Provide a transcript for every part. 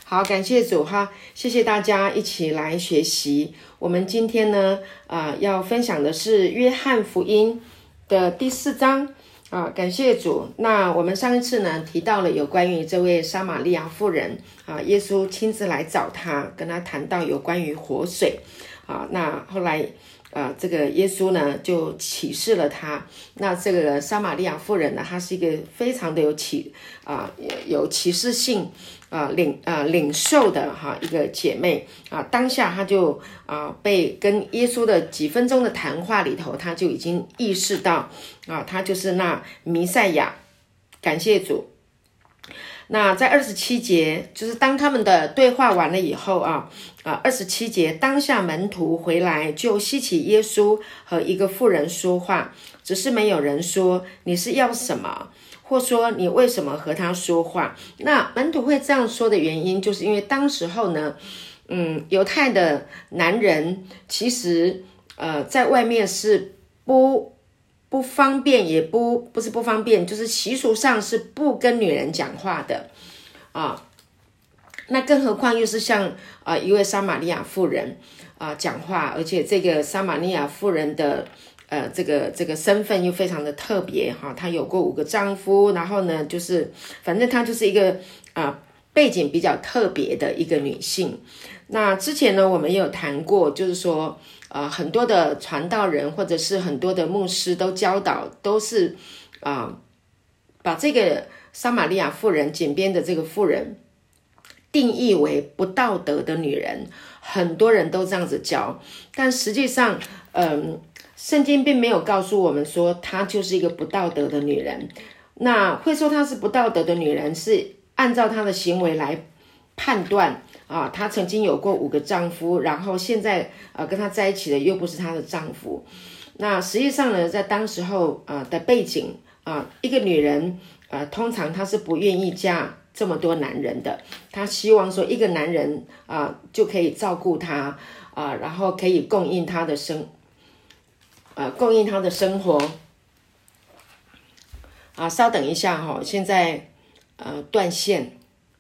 好，感谢主哈，谢谢大家一起来学习。我们今天呢，要分享的是约翰福音的第4章啊，感谢主。那我们上一次呢提到了有关于这位撒玛利亚妇人啊，耶稣亲自来找她，跟她谈到有关于活水啊。那后来这个耶稣呢就启示了他。那这个撒玛利亚妇人呢，她是一个非常的有启示性领受的一个姐妹啊。当下她就被跟耶稣的几分钟的谈话里头，她就已经意识到她就是那弥赛亚。感谢主。那在27节，就是当他们的对话完了以后27节，当下门徒回来就希奇耶稣和一个妇人说话，只是没有人说你是要什么，或说你为什么和他说话。那门徒会这样说的原因，就是因为当时候呢，犹太的男人其实在外面是不方便，也不是不方便，就是习俗上是不跟女人讲话的那更何况又是像一位撒玛利亚妇人讲话，而且这个撒玛利亚妇人的这个身份又非常的特别她有过5个丈夫，然后呢就是反正她就是一个背景比较特别的一个女性。那之前呢我们也有谈过，就是说很多的传道人或者是很多的牧师都教导，都是把这个撒玛利亚妇人井边的这个妇人定义为不道德的女人，很多人都这样子教。但实际上圣经并没有告诉我们说她就是一个不道德的女人。那会说她是不道德的女人，是按照她的行为来判断她曾经有过5个丈夫，然后现在跟她在一起的又不是她的丈夫。那实际上呢，在当时候的背景一个女人通常她是不愿意嫁这么多男人的，她希望说一个男人就可以照顾她然后可以供应她的生活稍等一下现在断线。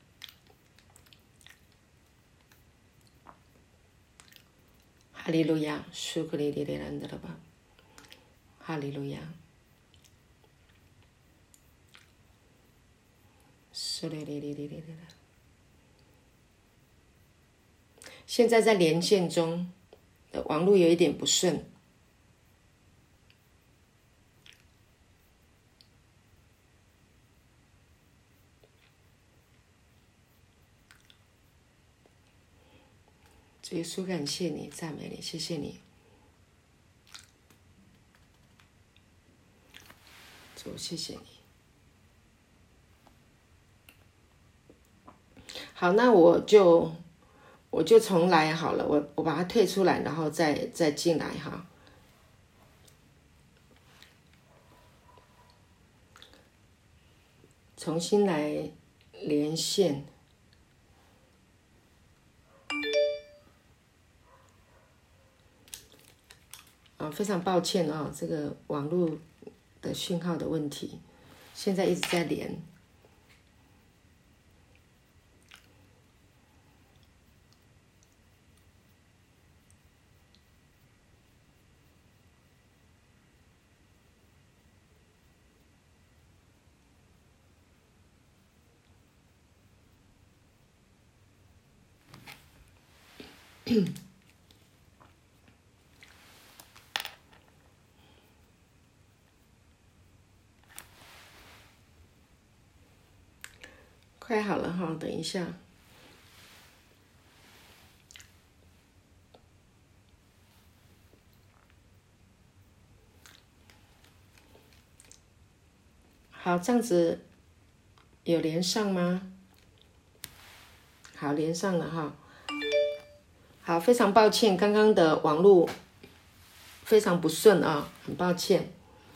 哈利路亚，苏格里里里兰德了吧，哈利路亚，苏里里里里里了。现在在连线中，网络有一点不顺。主耶稣，感谢你，赞美你，谢谢你，主，谢谢你。好，那我就重来好了，我把它退出来，然后再进来重新来连线。非常抱歉这个网络的讯号的问题，现在一直在连。快好了等一下。好，这样子有连上吗？好，连上了好，非常抱歉，刚刚的网络非常不顺很抱歉。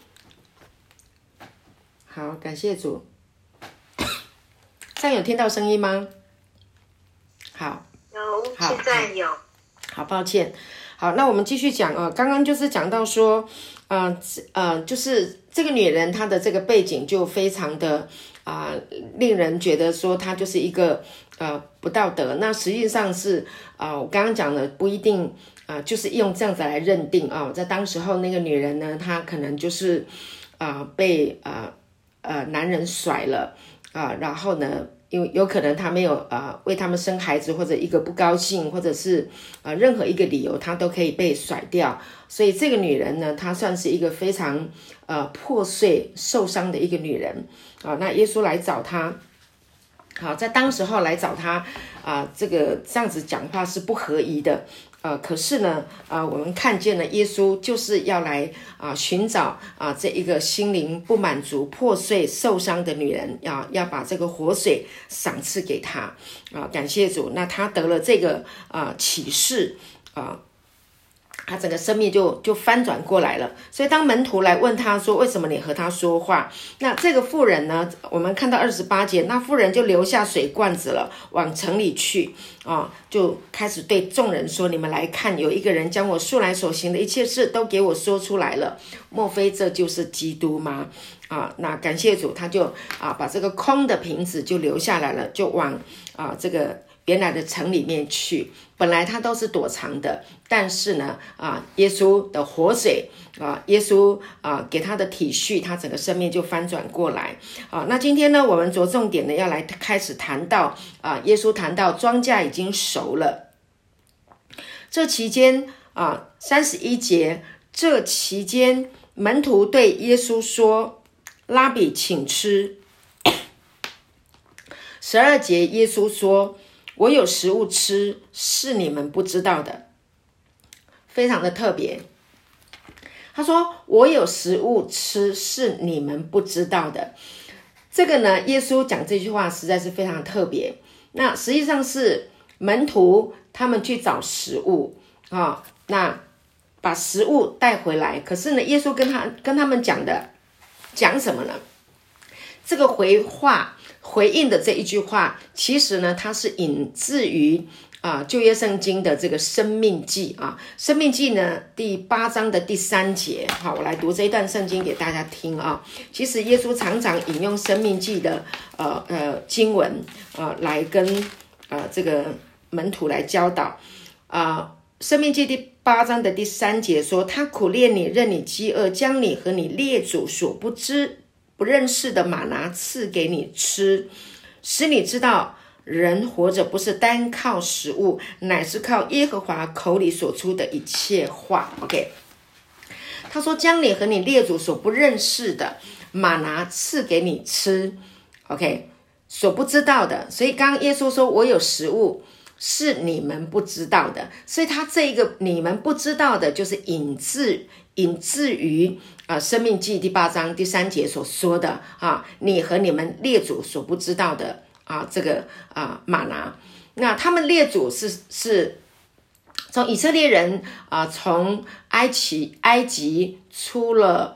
好，感谢主。这样有听到声音吗？好， 有，现在有。 好，抱歉。好，那我们继续讲刚刚就是讲到说就是这个女人她的这个背景就非常的令人觉得说她就是一个不道德。那实际上是我刚刚讲的不一定就是用这样子来认定在当时候那个女人呢，她可能就是被男人甩了然后呢因为有可能她没有为他们生孩子，或者一个不高兴，或者是任何一个理由她都可以被甩掉。所以这个女人呢，她算是一个非常破碎受伤的一个女人那耶稣来找她在当时候来找她这样子讲话是不合宜的可是呢我们看见了耶稣就是要来寻找这一个心灵不满足破碎受伤的女人要把这个活水赏赐给她感谢主。那她得了这个启示他整个生命就翻转过来了。所以当门徒来问他说为什么你和他说话，那这个妇人呢，我们看到28节，那妇人就留下水罐子了，往城里去就开始对众人说，你们来看，有一个人将我素来所行的一切事都给我说出来了，莫非这就是基督吗？那感谢主，他就把这个空的瓶子就留下来了，就往这个原来的城里面去。本来他都是躲藏的，但是呢耶稣的活水耶稣给他的体恤，他整个生命就翻转过来那今天呢，我们着重点呢要来开始谈到耶稣谈到庄稼已经熟了。这期间31节，这期间门徒对耶稣说，拉比请吃。12节，耶稣说，我有食物吃，是你们不知道的。非常的特别，他说我有食物吃，是你们不知道的。这个呢，耶稣讲这句话实在是非常特别。那实际上是门徒他们去找食物那把食物带回来，可是呢，耶稣跟他们讲什么呢？这个回应的这一句话，其实呢，它是引自于旧约圣经的这个申命记申命记呢第8章的第3节我来读这一段圣经给大家听其实耶稣常常引用申命记的经文来跟这个门徒来教导申命记第8章的第3节说，他苦练你，任你饥饿，将你和你列祖所不认识的玛拿赐给你吃，使你知道人活着不是单靠食物，乃是靠耶和华口里所出的一切话。 OK， 他说将你和你列祖所不认识的玛拿赐给你吃 OK， 所不知道的。所以刚刚耶稣说我有食物是你们不知道的，所以他这个你们不知道的就是引自于申命记第8章第3节所说的你和你们列祖所不知道的这个玛拿。那他们列祖是从以色列人从埃及出了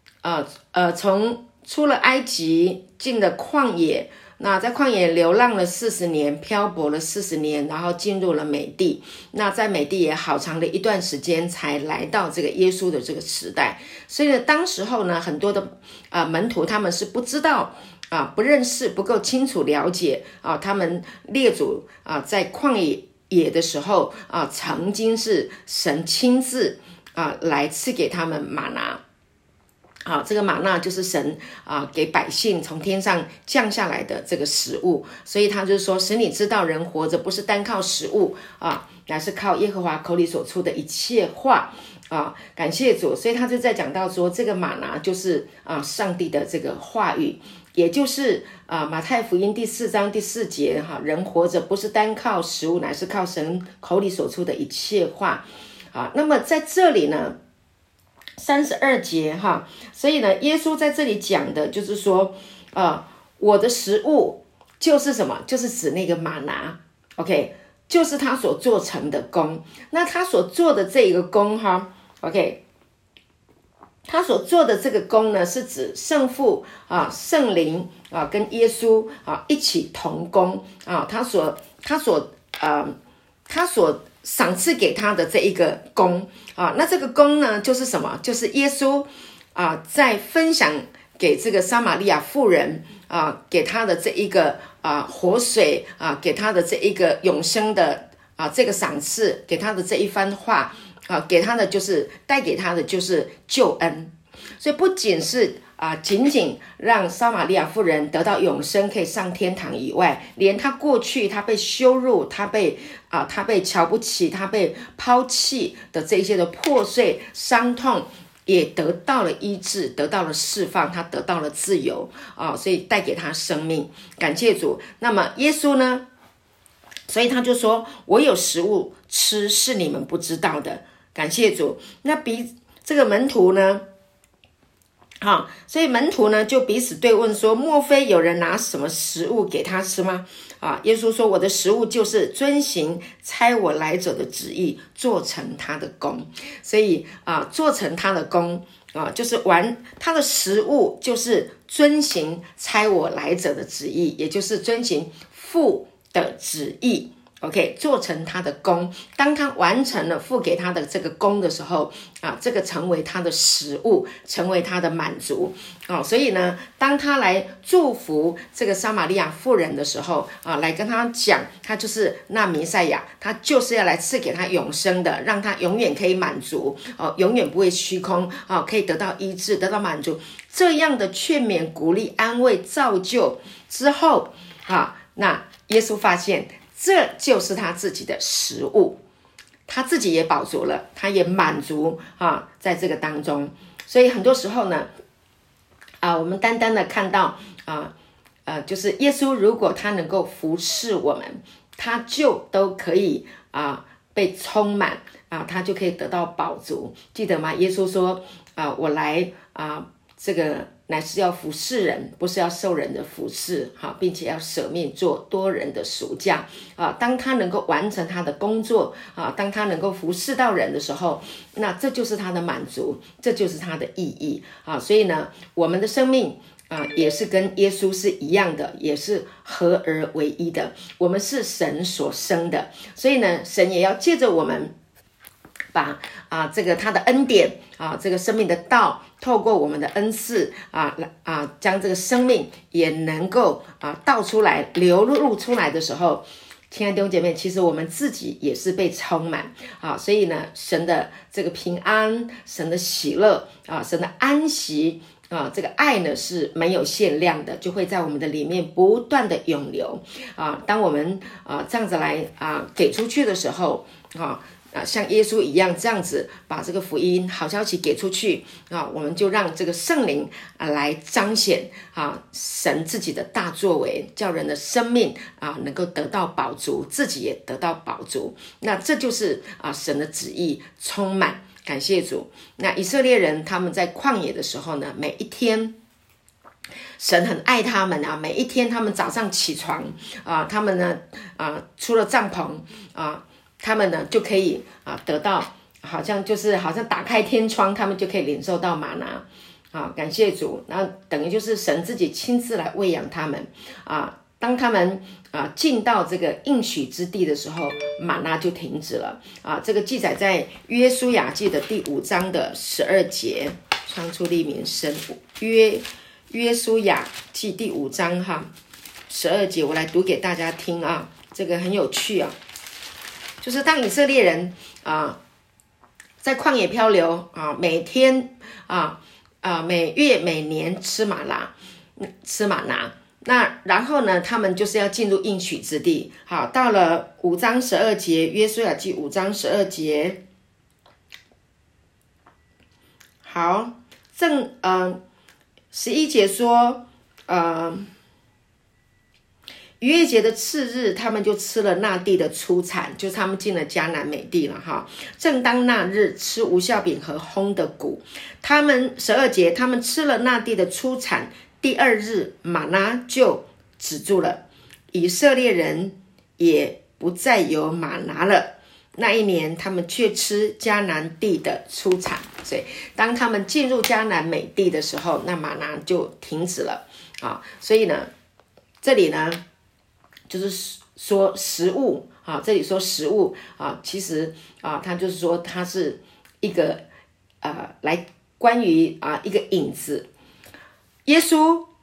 出了埃及进了旷野，那在旷野流浪了40年，漂泊了40年，然后进入了美地。那在美地也好长的一段时间才来到这个耶稣的这个时代。所以呢，当时候呢，很多的门徒他们是不知道不认识，不够清楚了解他们列祖在旷野的时候曾经是神亲自来赐给他们玛拿。这个玛纳就是神给百姓从天上降下来的这个食物，所以他就说使你知道人活着不是单靠食物乃是靠耶和华口里所出的一切话感谢主。所以他就在讲到说这个玛拿就是上帝的这个话语，也就是马太福音第4章第4节人活着不是单靠食物，乃是靠神口里所出的一切话那么在这里呢32节所以呢，耶稣在这里讲的就是说我的食物就是什么？就是指那个玛拿 OK， 就是他所做成的工。那他所做的这一个工OK， 他所做的这个工呢，是指圣父圣灵跟耶稣一起同工他所赏赐给他的这一个工那这个工呢就是什么？就是耶稣在分享给这个撒玛利亚妇人给他的这一个活水给他的这一个永生的这个赏赐，给他的这一番话给他的就是带给他的就是救恩。所以不仅是仅仅让撒玛利亚妇人得到永生可以上天堂以外，连他过去他被羞辱，他被瞧不起，他被抛弃的这些的破碎伤痛也得到了医治，得到了释放，他得到了自由所以带给他生命，感谢主。那么耶稣呢，所以他就说我有食物吃是你们不知道的，感谢主。那比这个门徒呢所以门徒呢就彼此对问说，莫非有人拿什么食物给他吃吗？耶稣说，我的食物就是遵行差我来者的旨意，做成他的功。所以做成他的功就是他的食物就是遵行差我来者的旨意，也就是遵行父的旨意。OK， 做成他的功。当他完成了父给他的这个功的时候这个成为他的食物，成为他的满足所以呢，当他来祝福这个撒玛利亚妇人的时候来跟他讲，他就是那弥赛亚，他就是要来赐给他永生的，让他永远可以满足永远不会虚空可以得到医治，得到满足。这样的劝勉、鼓励、安慰、造就之后那耶稣发现这就是他自己的食物，他自己也饱足了，他也满足在这个当中。所以很多时候呢我们单单的看到就是耶稣如果他能够服侍我们，他就都可以被充满他就可以得到饱足。记得吗？耶稣说我来这个乃是要服侍人，不是要受人的服侍并且要舍命做多人的赎价当他能够完成他的工作当他能够服侍到人的时候，那这就是他的满足，这就是他的意义所以呢，我们的生命也是跟耶稣是一样的，也是合而为一的。我们是神所生的，所以呢，神也要借着我们把这个他的恩典这个生命的道，透过我们的恩赐将这个生命也能够倒出来，流露出来的时候，亲爱的弟兄姐妹，其实我们自己也是被充满所以呢，神的这个平安，神的喜乐神的安息这个爱呢是没有限量的，就会在我们的里面不断的涌流当我们这样子来给出去的时候像耶稣一样这样子把这个福音好消息给出去我们就让这个圣灵来彰显神自己的大作为，叫人的生命能够得到饱足，自己也得到饱足。那这就是神的旨意充满，感谢主。那以色列人他们在旷野的时候呢，每一天神很爱他们每一天他们早上起床他们呢出了帐篷他们呢就可以得到好像打开天窗，他们就可以领受到玛拿感谢主。然后等于就是神自己亲自来喂养他们当他们进到这个应许之地的时候，玛拿就停止了这个记载在约书亚记的第5章的12节，创出利民生约书亚记第5章12节，我来读给大家听这个很有趣就是当以色列人在旷野漂流每天每月每年吃玛拿，那然后呢，他们就是要进入应许之地。好，到了5章12节，约书亚记5章12节。好11节说逾越节的次日，他们就吃了那地的出产，就是他们进了迦南美地了正当那日，吃无酵饼和烘的谷。他们12节，他们吃了那地的出产，第2日玛拿就止住了，以色列人也不再有玛拿了。那一年他们却吃迦南地的出产，所以当他们进入迦南美地的时候，那玛拿就停止了所以呢，这里呢就是说食物这里说食物其实它就是说它是一个来关于一个影子。耶稣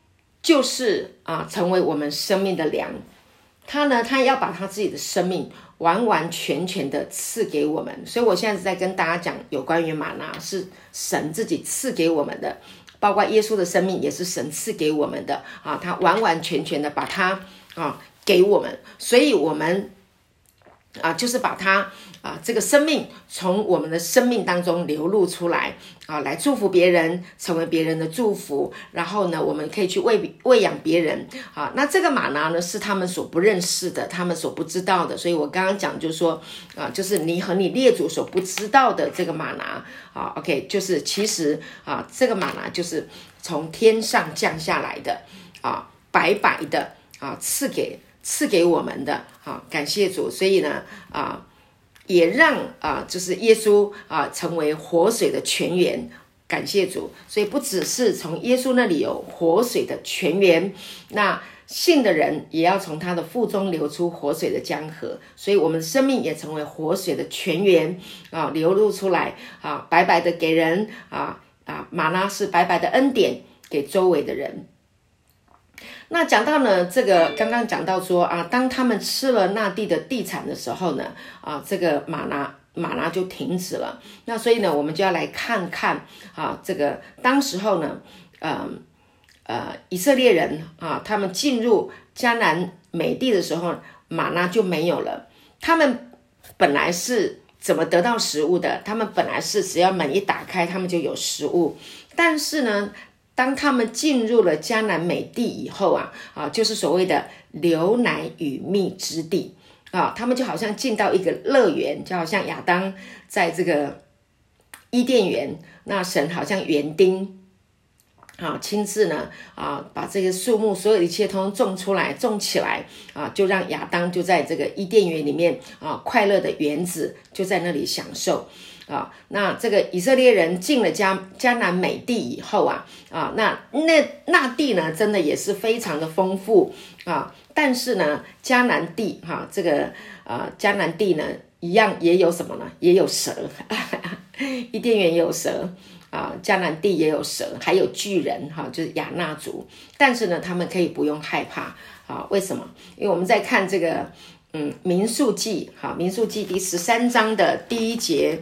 就是成为我们生命的粮。他要把他自己的生命完完全全的赐给我们。所以我现在在跟大家讲有关于玛拿是神自己赐给我们的，包括耶稣的生命也是神赐给我们的他完完全全的把它给我们。所以我们就是把它这个生命从我们的生命当中流露出来来祝福别人，成为别人的祝福。然后呢，我们可以去喂养别人那这个玛拿呢是他们所不认识的，他们所不知道的。所以我刚刚讲就是说就是你和你列祖所不知道的这个玛拿OK， 就是其实这个玛拿就是从天上降下来的白白的赐给我们的感谢主。所以呢也让就是耶稣成为活水的泉源，感谢主。所以不只是从耶稣那里有活水的泉源，那信的人也要从他的腹中流出活水的江河。所以我们的生命也成为活水的泉源流露出来白白的给人玛拿是白白的恩典给周围的人。那讲到呢，这个刚刚讲到说当他们吃了那地的地产的时候呢这个玛拿就停止了。那所以呢，我们就要来看看这个当时候呢以色列人他们进入迦南美地的时候，玛拿就没有了。他们本来是怎么得到食物的？他们本来是只要门一打开，他们就有食物。但是呢，当他们进入了迦南美地以后就是所谓的流奶与蜜之地他们就好像进到一个乐园，就好像亚当在这个伊甸园，那神好像园丁亲自呢把这个树木所有的一切通种出来种起来就让亚当就在这个伊甸园里面快乐的园子就在那里享受那这个以色列人进了迦南美地以后那地呢真的也是非常的丰富但是呢迦南地这个迦南地呢一样也有什么呢？也有蛇伊甸园也有蛇迦南地也有蛇，还有巨人就是亚衲族。但是呢他们可以不用害怕为什么？因为我们在看这个民数记民数记第13章的第1节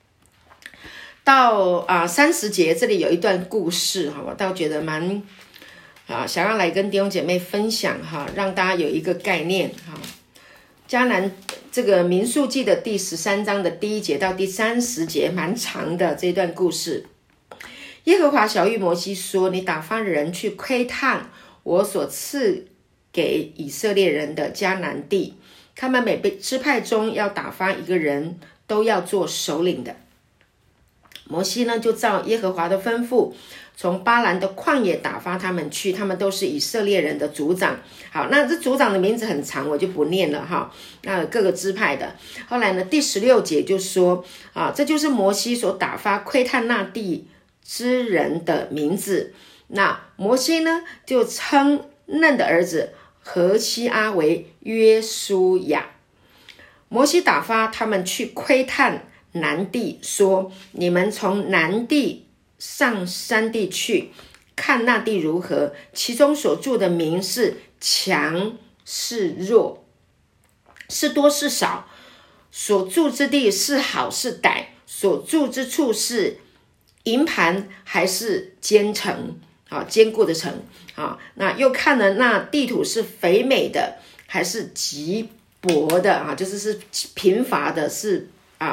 到30节，这里有一段故事我倒觉得蛮想要来跟弟兄姐妹分享让大家有一个概念迦南这个民数记的第13章的第1节到第30节蛮长的这段故事。耶和华晓谕摩西说，你打发人去窥探我所赐给以色列人的迦南地，他们每支派中要打发一个人，都要做首领的。摩西呢就照耶和华的吩咐，从巴兰的旷野打发他们去，他们都是以色列人的族长。好，那这族长的名字很长，我就不念了那各个支派的。后来呢第16节就说这就是摩西所打发窥探那地之人的名字。那摩西呢就称嫩的儿子何西阿为约书亚。摩西打发他们去窥探南地，说你们从南地上山地去，看那地如何，其中所住的民是强是弱，是多是少，所住之地是好是歹，所住之处是营盘还是坚城坚固的城那又看了那地土是肥美的还是瘠薄的就是贫乏的，是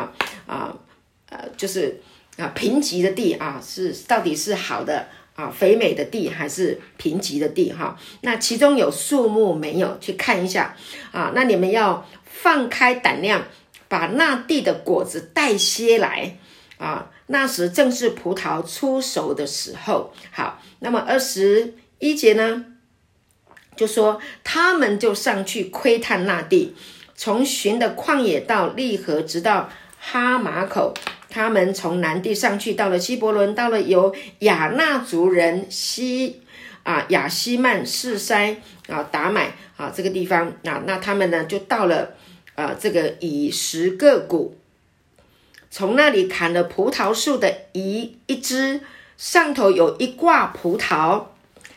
就是贫瘠的地是到底是好的肥美的地还是贫瘠的地那其中有树木没有，去看一下那你们要放开胆量，把那地的果子带些来那时正是葡萄出熟的时候。好，那么21节呢就说他们就上去窥探那地，从寻的旷野到利河，直到哈马口。他们从南地上去，到了希伯伦，到了有亚衲族人亚希曼示塞达买这个地方那他们呢就到了这个以实各谷，从那里砍了葡萄树的一枝，上头有一挂葡萄，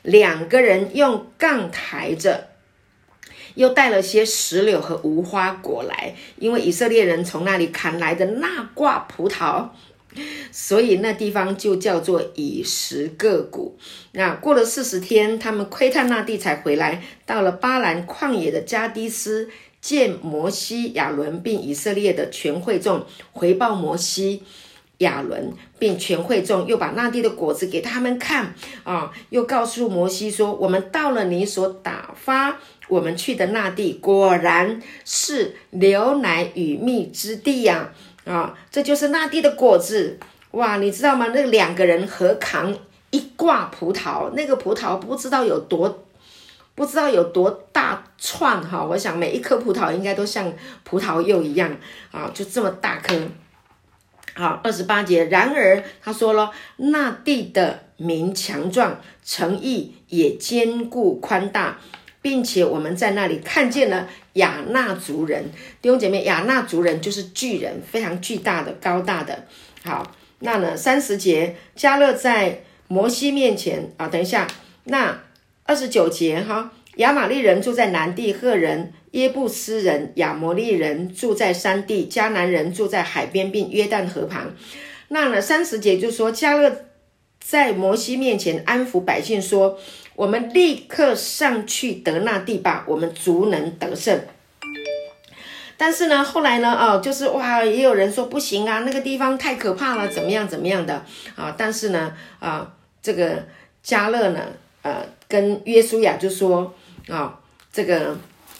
2个人用杠抬着，又带了些石榴和无花果来，因为以色列人从那里砍来的那挂葡萄，所以那地方就叫做以实各谷。那过了40天，他们窥探那地才回来，到了巴兰旷野的加低斯，见摩西、亚伦并以色列的全会众，回报摩西、亚伦并全会众，又把那地的果子给他们看又告诉摩西说，我们到了你所打发我们去的那地，果然是流奶与蜜之地呀！这就是那地的果子。哇，你知道吗？那2个人合扛一挂葡萄，那个葡萄不知道有多大串我想每一颗葡萄应该都像葡萄柚一样就这么大颗。好，28节，然而他说了，那地的民强壮，城邑也坚固宽大，并且我们在那里看见了亚纳族人。弟兄姐妹，亚纳族人就是巨人，非常巨大的、高大的。好，那呢30节，迦勒在摩西面前等一下，那29节亚玛利人住在南地，赫人、耶布斯人、亚摩利人住在山地，迦南人住在海边并约旦河旁。那呢30节就说，迦勒在摩西面前安抚百姓说，我们立刻上去得那地吧，我们足能得胜。但是呢，后来呢，就是也有人说不行啊，那个地方太可怕了，怎么样的但是呢，这个迦勒呢，跟约书亚就说这个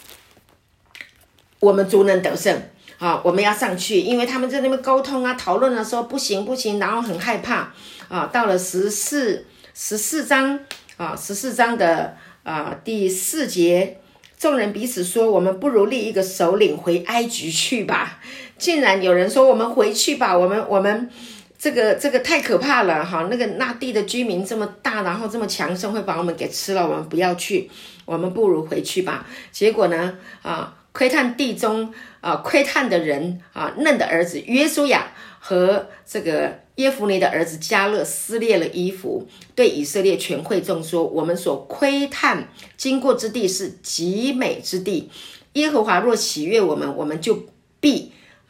我们足能得胜我们要上去，因为他们在那边沟通讨论的时候不行，然后很害怕到了14章14章的第4节，众人彼此说，我们不如立一个首领回埃及去吧。竟然有人说我们回去吧，我们这个太可怕了那地的居民这么大，然后这么强盛，会把我们给吃了，我们不要去，我们不如回去吧。结果呢窥探地中窥探的人嫩的儿子约书亚和这个耶孚尼的儿子迦勒撕裂了衣服，对以色列全会众说，我们所窥探经过之地是极美之地，耶和华若喜悦我们，我们就必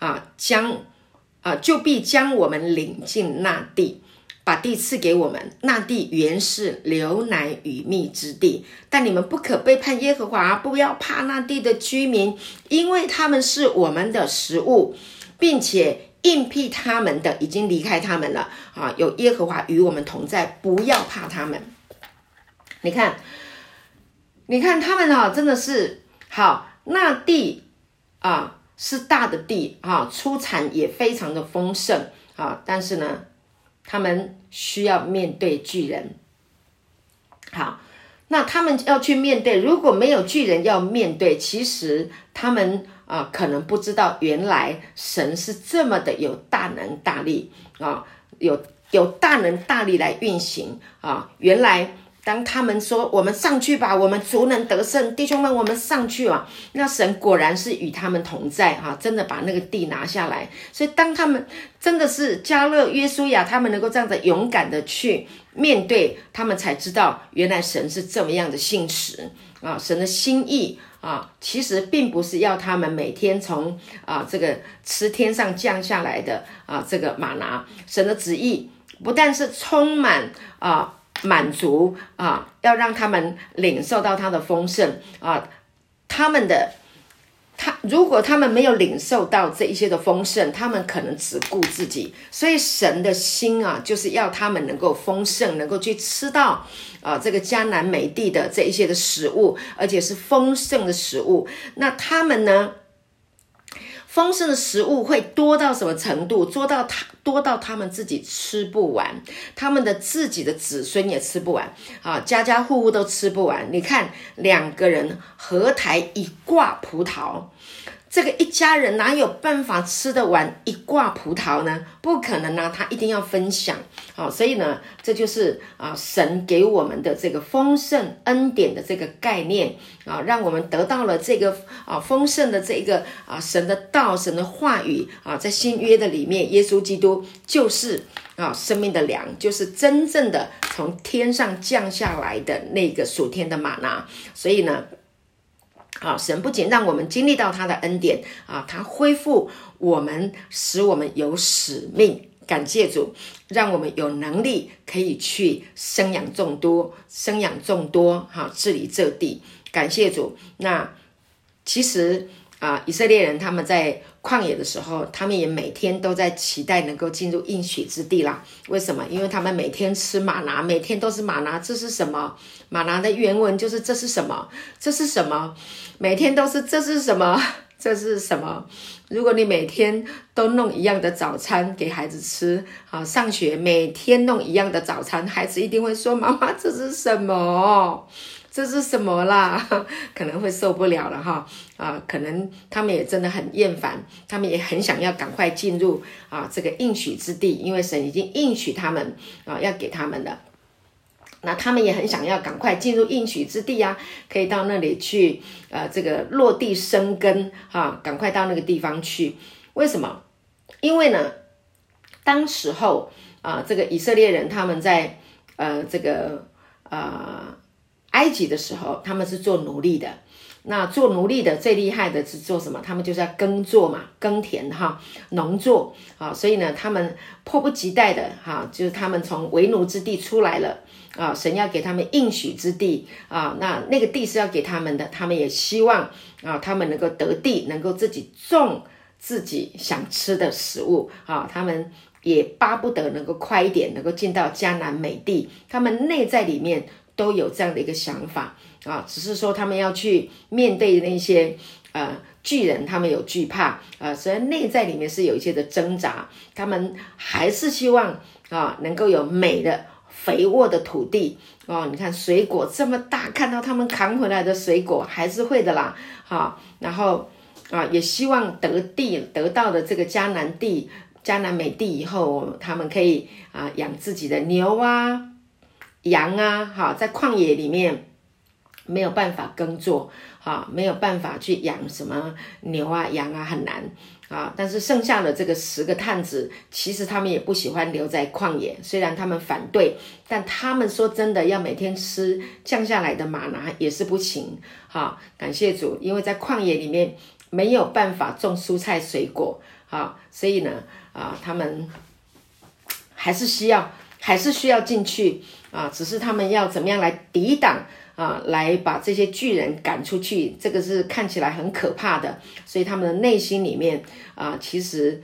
将我们领进那地，把地赐给我们。那地原是流奶与蜜之地，但你们不可背叛耶和华，不要怕那地的居民，因为他们是我们的食物，并且应聘他们的已经离开他们了有耶和华与我们同在，不要怕他们。你看他们真的是好，那地是大的地出产也非常的丰盛但是呢，他们需要面对巨人。好，那他们要去面对，如果没有巨人要面对，其实他们可能不知道原来神是这么的有大能大力有大能大力来运行原来当他们说我们上去吧，我们足能得胜，弟兄们我们上去那神果然是与他们同在真的把那个地拿下来。所以当他们真的是迦勒、约书亚他们能够这样子勇敢的去面对，他们才知道原来神是这么样的信实神的心意其实并不是要他们每天从这个吃天上降下来的这个玛拿。神的旨意不但是充满满足要让他们领受到他的丰盛如果他们没有领受到这一些的丰盛，他们可能只顾自己。所以神的心就是要他们能够丰盛，能够去吃到这个迦南美地的这一些的食物，而且是丰盛的食物。那他们呢，丰盛的食物会多到什么程度？多到他们自己吃不完，他们的自己的子孙也吃不完家家户户都吃不完。你看2个人合抬一挂葡萄， 这个一家人哪有办法吃得完一挂葡萄呢？不可能啊，他一定要分享。好，所以呢，这就是神给我们的这个丰盛恩典的这个概念啊，让我们得到了这个丰盛的这个神的道、神的话语啊，在新约的里面，耶稣基督就是生命的粮，就是真正的从天上降下来的那个属天的玛拿。所以呢，神不仅让我们经历到他的恩典他恢复我们，使我们有使命。感谢主，让我们有能力可以去生养众多，治理这地。感谢主。那其实以色列人他们在旷野的时候，他们也每天都在期待能够进入应许之地啦。为什么？因为他们每天吃玛拿，每天都是玛拿。这是什么？玛拿的原文就是这是什么？这是什么？每天都是这是什么？这是什么？如果你每天都弄一样的早餐给孩子吃，上学每天弄一样的早餐，孩子一定会说：“妈妈，这是什么？这是什么啦？”可能会受不了了哈。可能他们也真的很厌烦，他们也很想要赶快进入这个应许之地，因为神已经应许他们要给他们的。那他们也很想要赶快进入应许之地可以到那里去这个落地生根赶快到那个地方去。为什么？因为呢，当时候这个以色列人他们在这个埃及的时候，他们是做奴隶的。那做奴隶的最厉害的是做什么？他们就是要耕作嘛，耕田农作所以呢，他们迫不及待的就是他们从为奴之地出来了神要给他们应许之地那个地是要给他们的，他们也希望他们能够得地，能够自己种自己想吃的食物他们也巴不得能够快一点能够进到迦南美地，他们内在里面都有这样的一个想法只是说他们要去面对那些巨人，他们有惧怕所以内在里面是有一些的挣扎，他们还是希望能够有美的肥沃的土地你看水果这么大，看到他们扛回来的水果还是会的啦然后也希望得到的这个迦南美地以后，他们可以养自己的牛羊在旷野里面没有办法耕作没有办法去养什么牛羊很难但是剩下的这个10个探子，其实他们也不喜欢留在旷野，虽然他们反对，但他们说真的要每天吃降下来的玛拿也是不行感谢主，因为在旷野里面没有办法种蔬菜水果所以呢他们还是需要进去只是他们要怎么样来抵挡来把这些巨人赶出去，这个是看起来很可怕的。所以他们的内心里面其实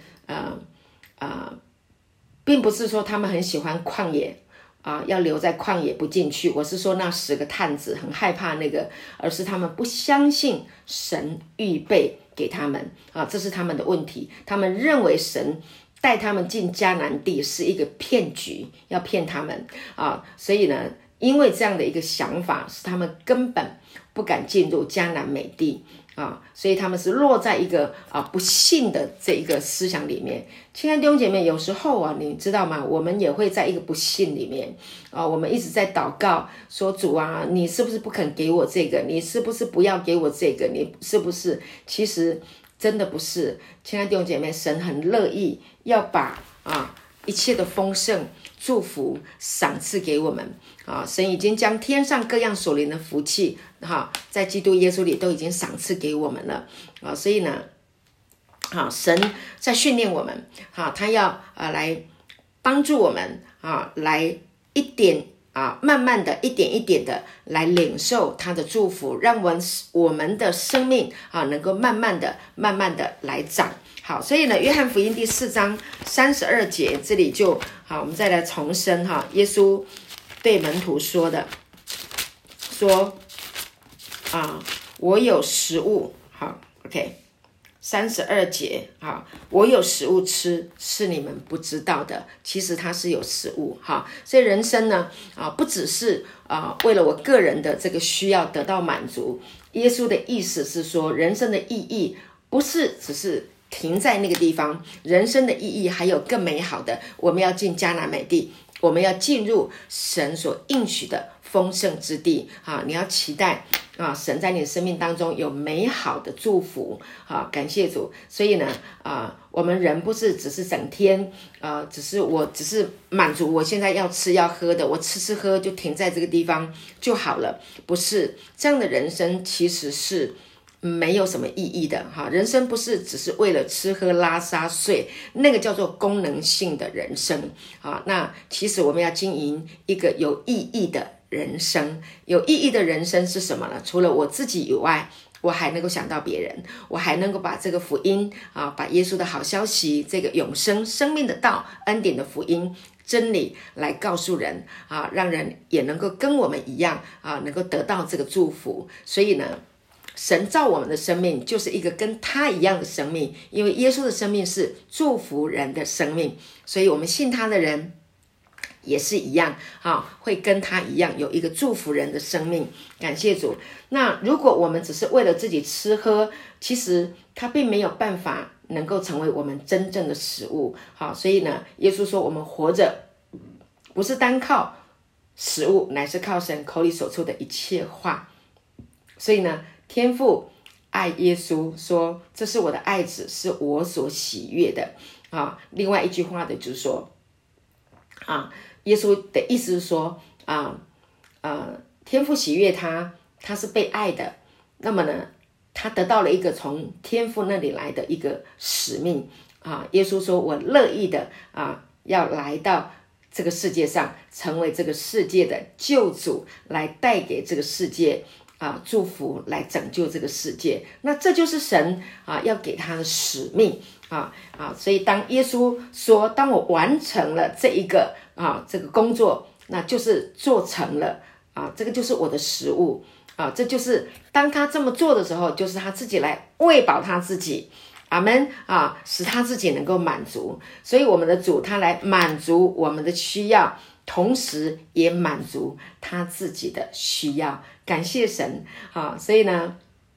并不是说他们很喜欢旷野要留在旷野不进去，我是说那10个探子很害怕那个，而是他们不相信神预备给他们这是他们的问题。他们认为神带他们进迦南地是一个骗局，要骗他们所以呢，因为这样的一个想法，是他们根本不敢进入迦南美地所以他们是落在一个不信的这一个思想里面。亲爱的弟兄姐妹，有时候你知道吗？我们也会在一个不信里面我们一直在祷告说，主你是不是不肯给我这个？你是不是不要给我这个？你是不是？其实真的不是。亲爱的弟兄姐妹，神很乐意要把一切的丰盛祝福赏赐给我们神已经将天上各样所临的福气在基督耶稣里都已经赏赐给我们了所以呢神在训练我们他要来帮助我们来慢慢的一点一点的来领受他的祝福，让我们的生命能够慢慢的来长好。所以呢，约翰福音第4章32节这里就我们再来重申耶稣对门徒说的，说我有食物OK 32节我有食物吃，是你们不知道的。其实它是有食物所以人生呢不只是为了我个人的这个需要得到满足，耶稣的意思是说，人生的意义不是只是停在那个地方，人生的意义还有更美好的，我们要进迦南美地，我们要进入神所应许的丰盛之地啊！你要期待啊，神在你的生命当中有美好的祝福啊！感谢主。所以呢我们人不是只是整天只是满足我现在要吃要喝的，我吃喝就停在这个地方就好了，不是这样的人生，其实是没有什么意义的哈。人生不是只是为了吃喝拉撒睡，那个叫做功能性的人生啊。那其实我们要经营一个有意义的人生。有意义的人生是什么呢？除了我自己以外，我还能够想到别人，我还能够把这个福音把耶稣的好消息，这个永生生命的道，恩典的福音真理来告诉人让人也能够跟我们一样能够得到这个祝福。所以呢，神造我们的生命就是一个跟他一样的生命，因为耶稣的生命是祝福人的生命，所以我们信他的人也是一样会跟他一样有一个祝福人的生命。感谢主。那如果我们只是为了自己吃喝，其实他并没有办法能够成为我们真正的食物。所以呢，耶稣说我们活着不是单靠食物，乃是靠神口里所出的一切话。所以呢，天父爱耶稣，说这是我的爱子，是我所喜悦的另外一句话的就是说耶稣的意思是说天父喜悦他，他是被爱的，那么呢，他得到了一个从天父那里来的一个使命耶稣说我乐意的要来到这个世界上，成为这个世界的救主，来带给这个世界祝福，来拯救这个世界。那这就是神要给他的使命所以当耶稣说当我完成了这一个这个工作，那就是做成了这个就是我的食物这就是当他这么做的时候，就是他自己来喂饱他自己，阿们使他自己能够满足。所以我们的主他来满足我们的需要，同时也满足他自己的需要。感谢神所以呢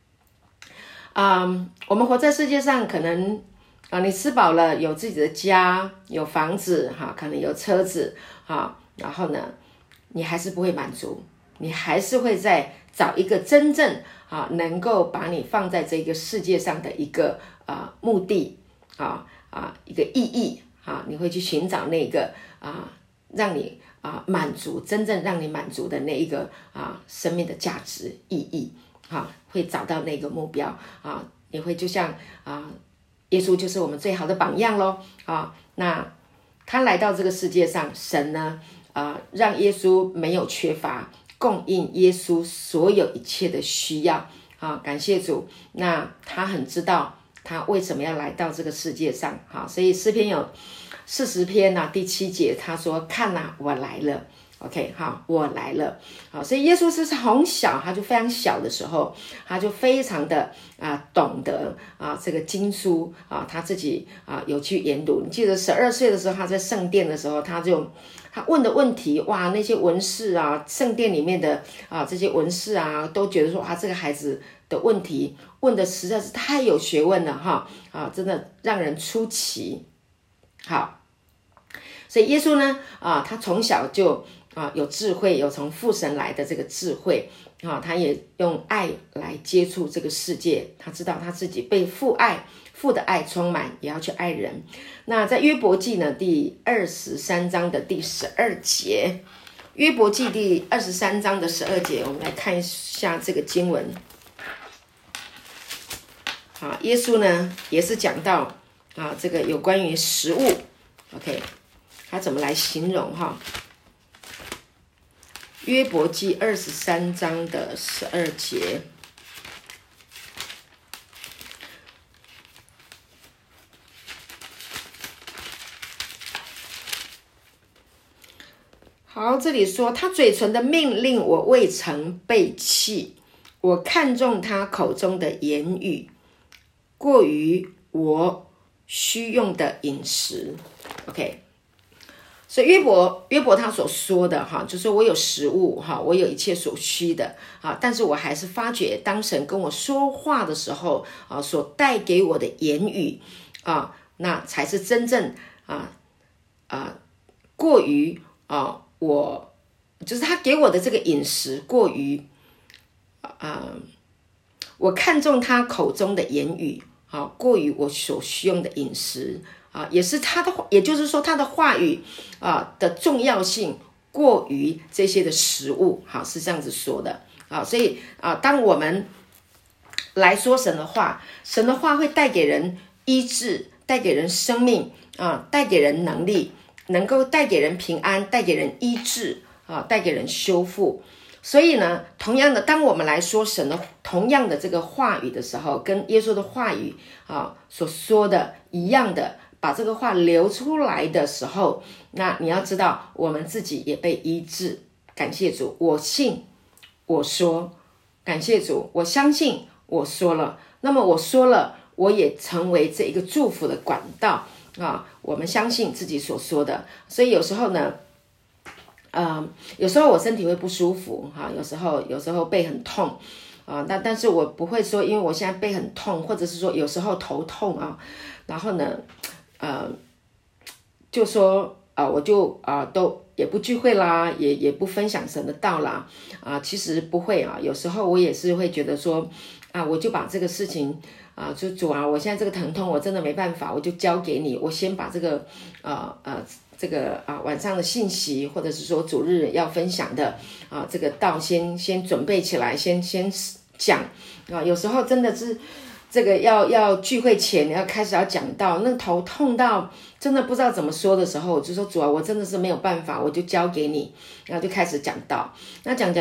我们活在世界上，可能你吃饱了，有自己的家，有房子可能有车子然后呢，你还是不会满足，你还是会再找一个真正能够把你放在这个世界上的一个目的一个意义你会去寻找那个让你满足，真正让你满足的那一个生命的价值意义会找到那个目标你会就像耶稣就是我们最好的榜样咯那他来到这个世界上，神呢让耶稣没有缺乏，供应耶稣所有一切的需要感谢主。那他很知道他为什么要来到这个世界上所以诗篇有40篇第7节他说看我来了OK 我来了所以耶稣是从小他就非常小的时候，他就非常的懂得这个经书他自己有去研读。你记得12岁的时候，他在圣殿的时候，他问的问题哇，那些文士圣殿里面的这些文士都觉得说这个孩子的问题问的实在是太有学问了真的让人出奇。好，所以耶稣呢他从小就有智慧，有从父神来的这个智慧他也用爱来接触这个世界，他知道他自己被父的爱充满，也要去爱人。那在约伯记呢第23章的第12节，约伯记第23章的12节，我们来看一下这个经文耶稣呢也是讲到这个有关于食物 OK 他怎么来形容约伯记23章的12节，好，这里说他嘴唇的命令我未曾背弃，我看重他口中的言语，过于我需用的饮食 OK 所以约伯他所说的哈，就是我有食物哈，我有一切所需的啊，但是我还是发觉，当神跟我说话的时候啊，所带给我的言语啊，那才是真正过于我就是他给我的这个饮食过于我看重他口中的言语啊，过于我所需用的饮食。也是也就是说他的话语的重要性过于这些的食物，是这样子说的所以当我们来说神的话，神的话会带给人医治，带给人生命带给人能力，能够带给人平安，带给人医治带给人修复。所以呢，同样的，当我们来说神的同样的这个话语的时候，跟耶稣的话语所说的一样的，把这个话流出来的时候，那你要知道我们自己也被医治。感谢主，我信我说，感谢主，我相信我说了，那么我说了，我也成为这一个祝福的管道我们相信自己所说的。所以有时候呢有时候我身体会不舒服有时候背很痛但是我不会说因为我现在背很痛，或者是说有时候头痛然后呢就说我就都也不聚会啦，也不分享神的道啦其实不会有时候我也是会觉得说我就把这个事情就主我现在这个疼痛我真的没办法，我就交给你，我先把这个这个晚上的信息，或者是说主日要分享的这个道先准备起来，先讲有时候真的是这个要聚会前要开始要讲到，那头痛到真的不知道怎么说的时候，我就说主我真的是没有办法，我就交给你，然后就开始讲道。那讲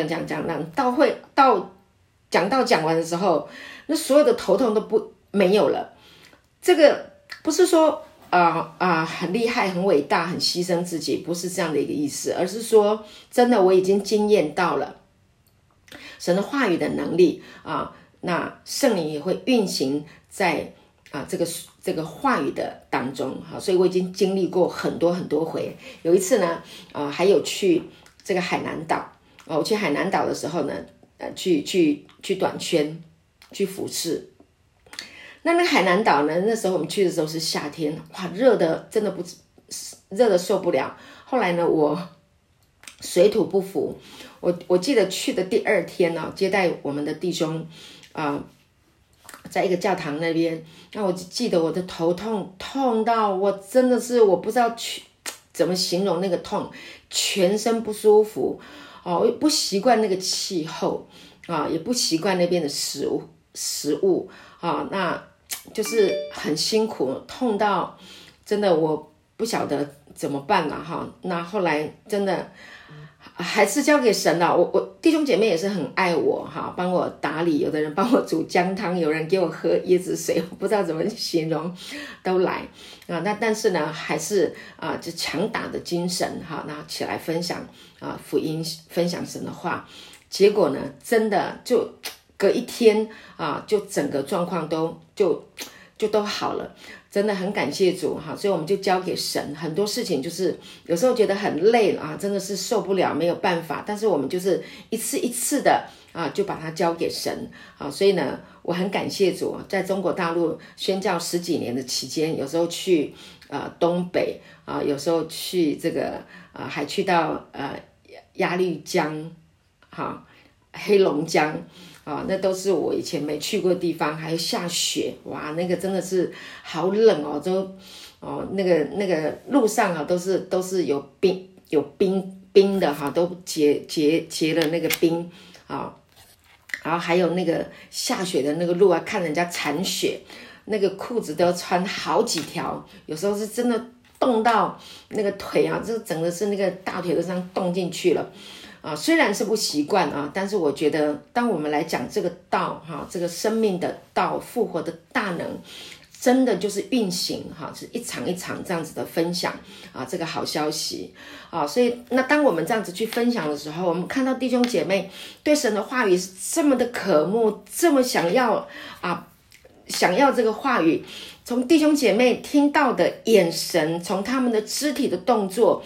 讲完的时候，那所有的头痛都没有了。这个不是说很厉害很伟大很牺牲自己，不是这样的一个意思，而是说真的我已经经验到了神的话语的能力那圣灵也会运行在这个话语的当中所以我已经经历过很多很多回。有一次呢还有去这个海南岛我去海南岛的时候呢去短宣去服侍。那个海南岛呢，那时候我们去的时候是夏天，热的真的热的受不了。后来呢我水土不服，我记得去的第二天接待我们的弟兄在一个教堂那边，那我就记得我的头痛到我真的是我不知道怎么形容那个痛，全身不舒服我不习惯那个气候也不习惯那边的食物那就是很辛苦，痛到真的我不晓得怎么办了那后来真的还是交给神了。我弟兄姐妹也是很爱我帮我打理，有的人帮我煮姜汤，有人给我喝椰子水，我不知道怎么形容，都来那但是呢还是就强大的精神那起来分享福音，分享神的话。结果呢真的就隔一天就整个状况就都好了，真的很感谢主所以我们就交给神。很多事情就是有时候觉得很累真的是受不了，没有办法，但是我们就是一次一次的就把它交给神所以呢我很感谢主，在中国大陆宣教10几年的期间，有时候去东北有时候去这个还去到鸭绿江黑龙江那都是我以前没去过的地方，还有下雪，哇，那个真的是好冷都那个路上都是有冰的都结了那个冰然后还有那个下雪的那个路看人家铲雪，那个裤子都要穿好几条，有时候是真的冻到那个腿这整个是那个大腿都这样冻进去了虽然是不习惯但是我觉得当我们来讲这个道这个生命的道，复活的大能，真的就是运行是一场一场这样子的分享这个好消息所以那当我们这样子去分享的时候，我们看到弟兄姐妹对神的话语是这么的渴慕，这么想要这个话语，从弟兄姐妹听到的眼神，从他们的肢体的动作，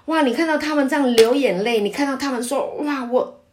哇，你看到他们这样流眼泪，你看到他们说，哇，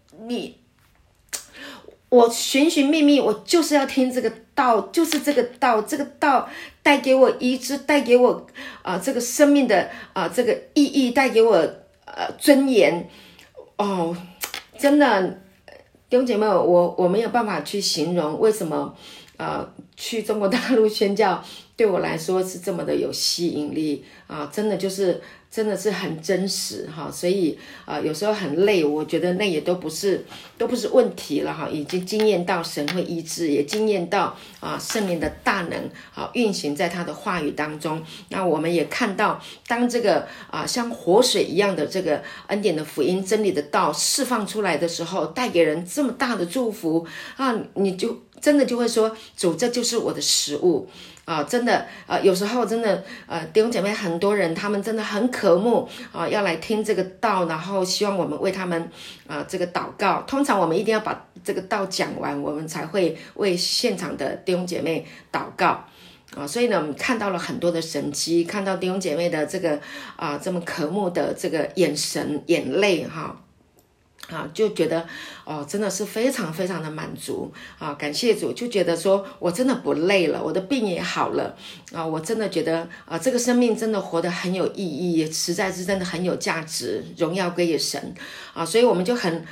我寻寻觅觅，我就是要听这个道，就是这个道，这个道带给我医治，带给我这个生命的这个意义，带给我尊严。哦，真的，弟兄姐妹，我没有办法去形容为什么去中国大陆宣教对我来说是这么的有吸引力真的是很真实所以有时候很累，我觉得那也都不是问题了已经经验到神会医治，也经验到圣灵的大能运行在他的话语当中。那我们也看到，当这个像活水一样的这个恩典的福音真理的道释放出来的时候，带给人这么大的祝福你就真的就会说，主，这就是我的食物真的有时候真的弟兄姐妹，很多人他们真的很渴慕要来听这个道，然后希望我们为他们这个祷告。通常我们一定要把这个道讲完，我们才会为现场的弟兄姐妹祷告所以呢，我们看到了很多的神迹，看到弟兄姐妹的这个这么渴慕的这个眼神眼泪就觉得真的是非常非常的满足感谢主，就觉得说我真的不累了，我的病也好了我真的觉得这个生命真的活得很有意义，实在是真的很有价值，荣耀归给神所以我们就很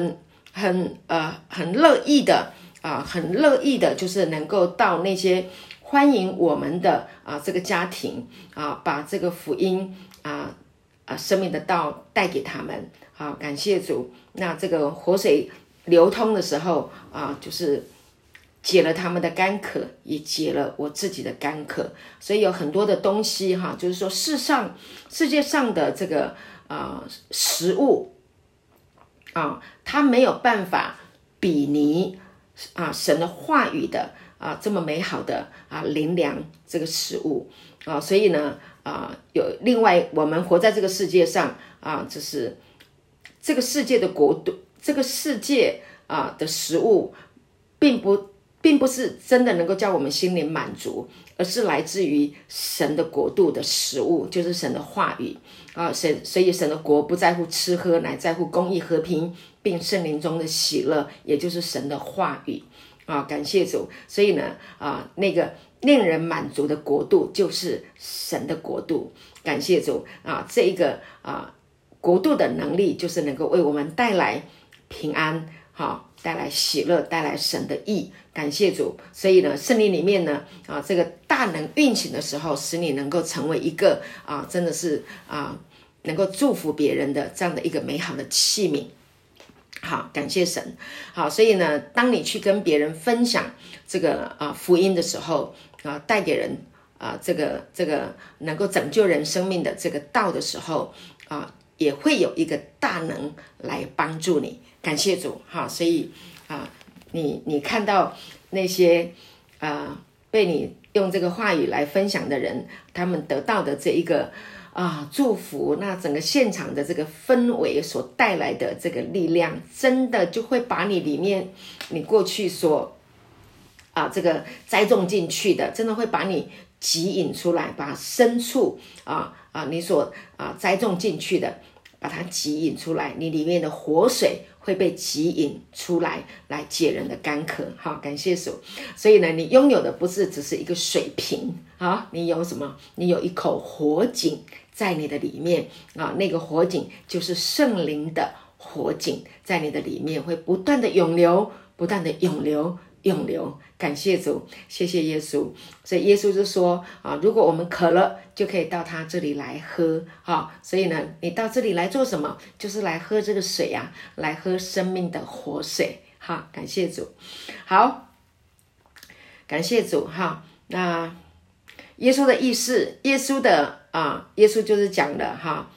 乐意的就是能够到那些欢迎我们的这个家庭把这个福音生命的道带给他们感谢主。那这个活水流通的时候就是解了他们的干渴，也解了我自己的干渴。所以有很多的东西就是说世界上的这个食物它没有办法比拟神的话语的这么美好的灵粮这个食物所以呢有另外我们活在这个世界上就是这个世界的国度，这个世界的食物并不是真的能够叫我们心灵满足，而是来自于神的国度的食物，就是神的话语所以神的国不在乎吃喝，乃在乎公义和平，并圣灵中的喜乐，也就是神的话语感谢主。所以呢那个令人满足的国度就是神的国度，感谢主这一个国度的能力就是能够为我们带来平安带来喜乐，带来神的义，感谢主。所以呢圣灵里面呢这个大能运行的时候，使你能够成为一个真的是能够祝福别人的这样的一个美好的器皿。好，感谢神。好，所以呢当你去跟别人分享这个福音的时候带给人这个能够拯救人生命的这个道的时候也会有一个大能来帮助你，感谢主所以你看到那些被你用这个话语来分享的人，他们得到的这一个祝福，那整个现场的这个氛围所带来的这个力量，真的就会把你里面你过去所这个栽种进去的，真的会把你吸引出来，把深处你所栽种进去的把它吸引出来，你里面的活水会被吸引出来，来解人的干渴感谢主。所以呢你拥有的不是只是一个水瓶你有什么？你有一口活井在你的里面那个活井就是圣灵的活井，在你的里面会不断的涌流，不断的涌流，感谢主，谢谢耶稣。所以耶稣就说如果我们渴了，就可以到他这里来喝所以呢你到这里来做什么？就是来喝这个水来喝生命的活水感谢主。好，感谢主那耶稣的意思，耶稣就是讲的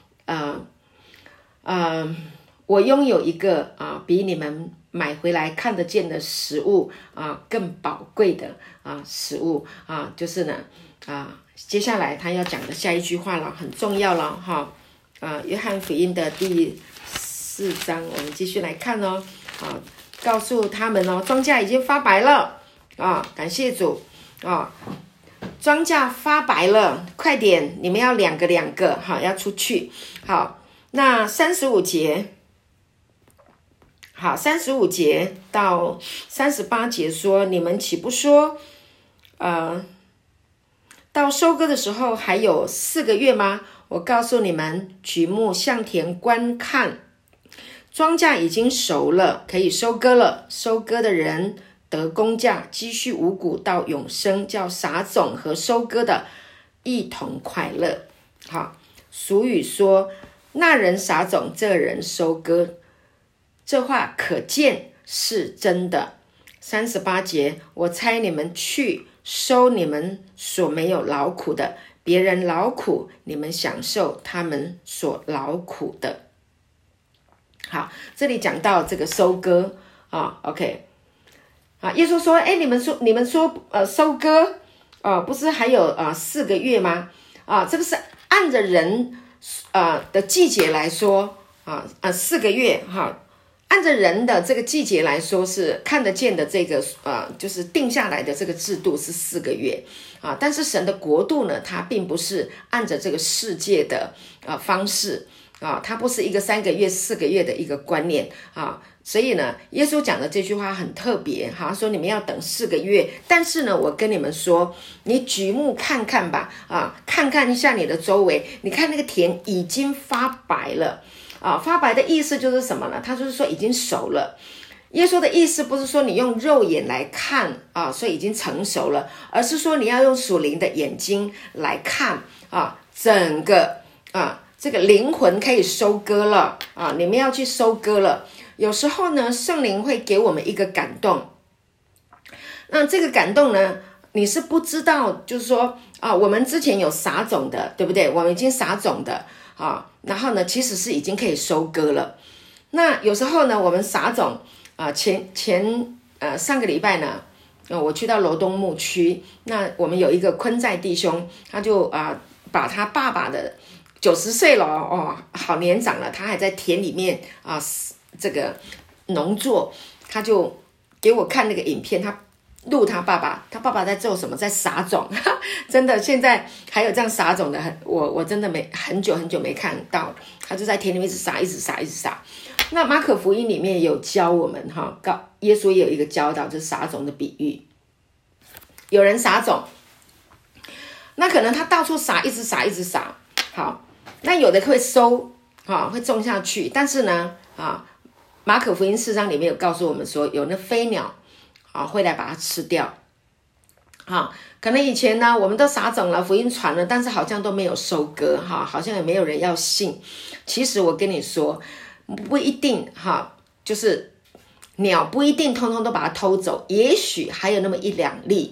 我拥有一个比你们买回来看得见的食物更宝贵的食物就是呢接下来他要讲的下一句话了，很重要了约翰福音的第4章，我们继续来看告诉他们庄稼已经发白了感谢主庄稼发白了，快点，你们要两个要出去那35节，好，35节到38节说，你们岂不说，到收割的时候还有4个月吗？我告诉你们，举目向田观看，庄稼已经熟了，可以收割了。收割的人得工价，积蓄五谷到永生，叫撒种和收割的一同快乐。好，俗语说，那人撒种，这人收割，这话可见是真的。38节，我差你们去收你们所没有劳苦的，别人劳苦，你们享受他们所劳苦的。好，这里讲到这个收割啊 ，OK， 啊，耶稣说，你们说收割，不是还有4个月吗？这个是按着人的季节来说4个月哈。按着人的这个季节来说，是看得见的这个就是定下来的这个制度是4个月但是神的国度呢，它并不是按着这个世界的方式它不是一个3个月4个月的一个观念所以呢，耶稣讲的这句话很特别说你们要等4个月，但是呢，我跟你们说，你举目看看吧看看一下你的周围，你看那个田已经发白了发白的意思就是什么呢？他就是说已经熟了。耶稣的意思不是说你用肉眼来看所以已经成熟了，而是说你要用属灵的眼睛来看整个这个灵魂可以收割了你们要去收割了。有时候呢，圣灵会给我们一个感动，那这个感动呢，你是不知道，就是说我们之前有撒种的，对不对？我们已经撒种的然后呢，其实是已经可以收割了。那有时候呢，我们撒种上个礼拜呢，我去到罗东牧区，那我们有一个昆在弟兄，他就把他爸爸的90岁了好年长了，他还在田里面这个农作，他就给我看那个影片，他录他爸爸在做什么，在撒种真的现在还有这样撒种的，我真的很久没看到，他就在田里面一直撒。那马可福音里面有教我们耶稣也有一个教导，就是撒种的比喻。有人撒种，那可能他到处撒，一直撒好，那有的会收会种下去，但是呢马可福音4章里面有告诉我们说，有那飞鸟会来把它吃掉可能以前呢，我们都撒种了，福音传了，但是好像都没有收割好像也没有人要信。其实我跟你说，不一定就是鸟不一定通通都把它偷走，也许还有那么1-2粒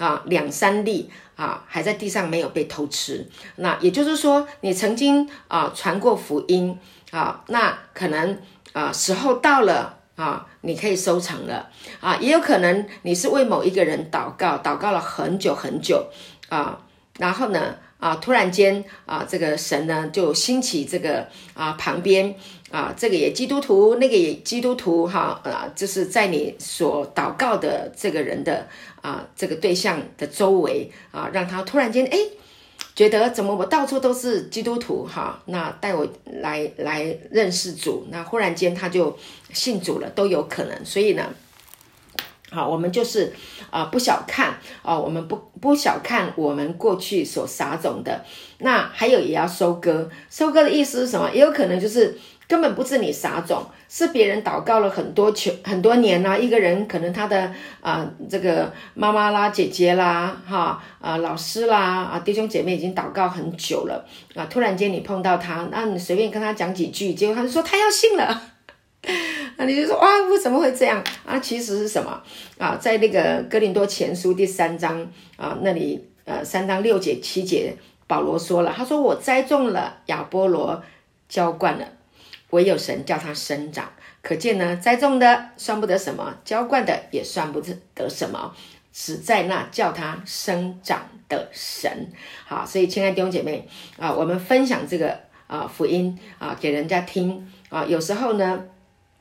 2-3粒还在地上没有被偷吃。那也就是说，你曾经传过福音那可能时候到了你可以收成了也有可能你是为某一个人祷告了很久然后呢突然间这个神呢就兴起这个旁边这个也基督徒，那个也基督徒就是在你所祷告的这个人的这个对象的周围让他突然间觉得怎么我到处都是基督徒那带我来认识主，那忽然间他就信主了，都有可能。所以呢我们就是不小看我们不小看我们过去所撒种的。那还有也要收割的意思是什么？也有可能就是根本不是你撒种，是别人祷告了很多年啦，一个人可能他的这个妈妈啦、姐姐啦老师啦弟兄姐妹已经祷告很久了突然间你碰到他，那你随便跟他讲几句，结果他就说他要信了那你就说哇，为什么会这样其实是什么在那个哥林多前书第3章那里3章6节7节保罗说了，他说我栽种了，亚波罗浇灌了，唯有神叫他生长。可见呢，栽种的算不得什么，浇灌的也算不得什么，只在那叫他生长的神。好，所以亲爱的弟兄姐妹我们分享这个福音给人家听有时候呢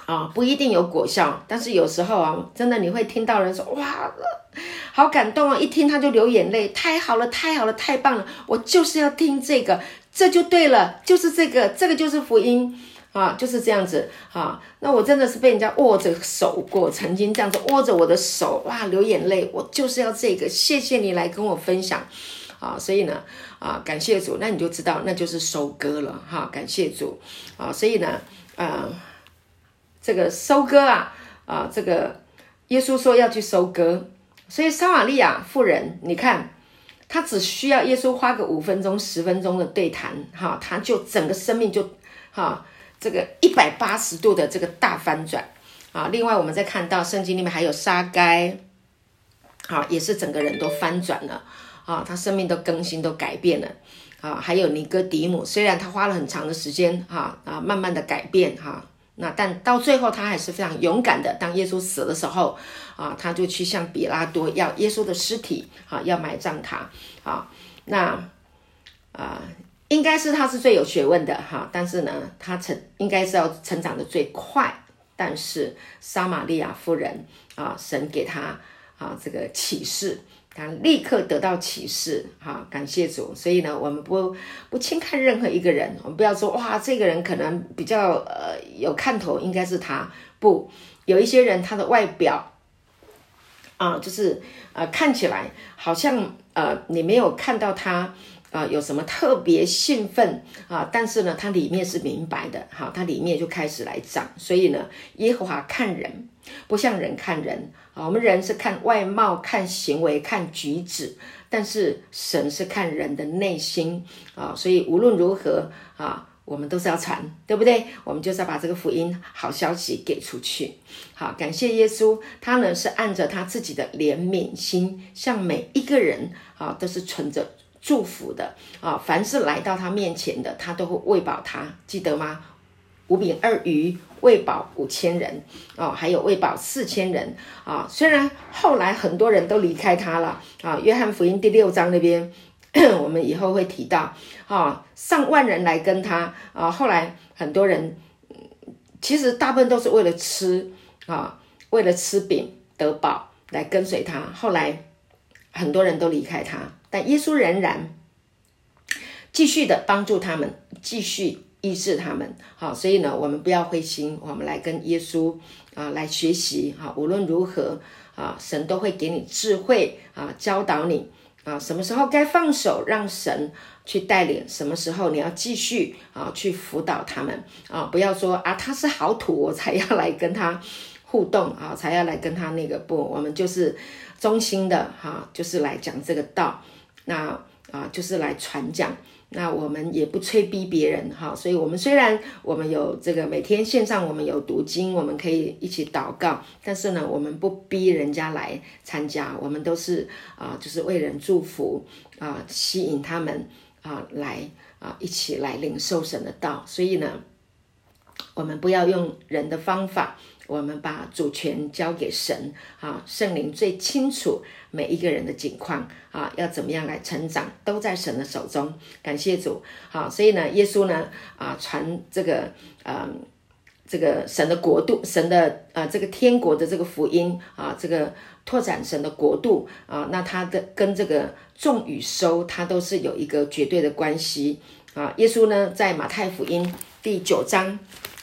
不一定有果效，但是有时候啊，真的你会听到人说哇，好感动啊，一听他就流眼泪，太好了，太好了，太棒了，我就是要听这个，这就对了，就是这个就是福音啊，就是这样子啊。那我真的是被人家握着手过，曾经这样子握着我的手，哇，流眼泪，我就是要这个，谢谢你来跟我分享啊。所以呢感谢主，那你就知道那就是收割了哈，感谢主啊。所以呢这个收割这个耶稣说要去收割，所以撒玛利亚妇人，你看她只需要耶稣花个5分钟10分钟的对谈她就整个生命就这个180度的这个大翻转另外我们再看到圣经里面还有撒该也是整个人都翻转了他生命都更新都改变了还有尼哥底母，虽然他花了很长的时间慢慢的改变那但到最后他还是非常勇敢的，当耶稣死的时候他就去向比拉多要耶稣的尸体要埋葬他那应该是他是最有学问的但是呢他应该是要成长的最快，但是撒玛利亚妇人神给他这个启示，他立刻得到启示感谢主。所以呢我们不轻看任何一个人，我们不要说哇这个人可能比较有看头，应该是他，不，有一些人他的外表就是看起来好像你没有看到他有什么特别兴奋但是呢他里面是明白的他里面就开始来长。所以呢耶和华看人不像人看人我们人是看外貌看行为看举止，但是神是看人的内心所以无论如何我们都是要传，对不对？我们就是要把这个福音好消息给出去。好，感谢耶稣，他呢是按着他自己的怜悯心向每一个人都是存着祝福的凡是来到他面前的，他都会喂饱他，记得吗？5饼2鱼喂饱5000人还有喂饱4000人虽然后来很多人都离开他了约翰福音第6章那边我们以后会提到上万人来跟他后来很多人其实大部分都是为了吃饼得饱来跟随他，后来很多人都离开他，但耶稣仍然继续的帮助他们，继续医治他们所以呢我们不要灰心，我们来跟耶稣来学习无论如何神都会给你智慧教导你什么时候该放手让神去带领，什么时候你要继续去辅导他们不要说他是好土我才要来跟他互动才要来跟他那个，不，我们就是忠心的就是来讲这个道，那就是来传讲，那我们也不催逼别人所以我们虽然我们有这个每天线上我们有读经，我们可以一起祷告，但是呢我们不逼人家来参加，我们都是就是为人祝福吸引他们来一起来领受神的道。所以呢我们不要用人的方法，我们把主权交给神圣灵最清楚每一个人的境况要怎么样来成长，都在神的手中，感谢主所以呢耶稣呢传这个神的国度，神的这个天国的这个福音这个拓展神的国度那他的跟这个种与收他都是有一个绝对的关系耶稣呢在马太福音第9章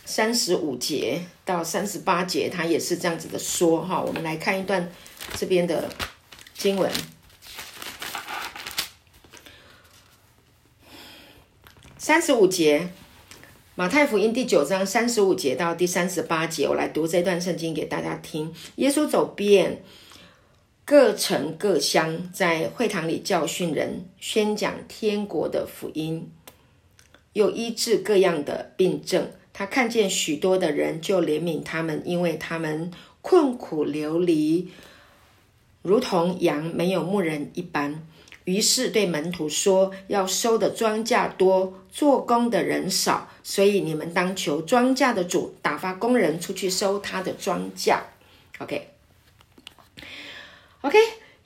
35节到38节他也是这样子的说我们来看一段这边的经文。35节，马太福音第9章35节到第38节，我来读这段圣经给大家听。耶稣走遍各城各乡，在会堂里教训人，宣讲天国的福音，又医治各样的病症。他看见许多的人，就怜悯他们，因为他们困苦流离，如同羊没有牧人一般。于是对门徒说，要收的庄稼多，做工的人少，所以你们当求庄稼的主打发工人出去收他的庄稼。OK，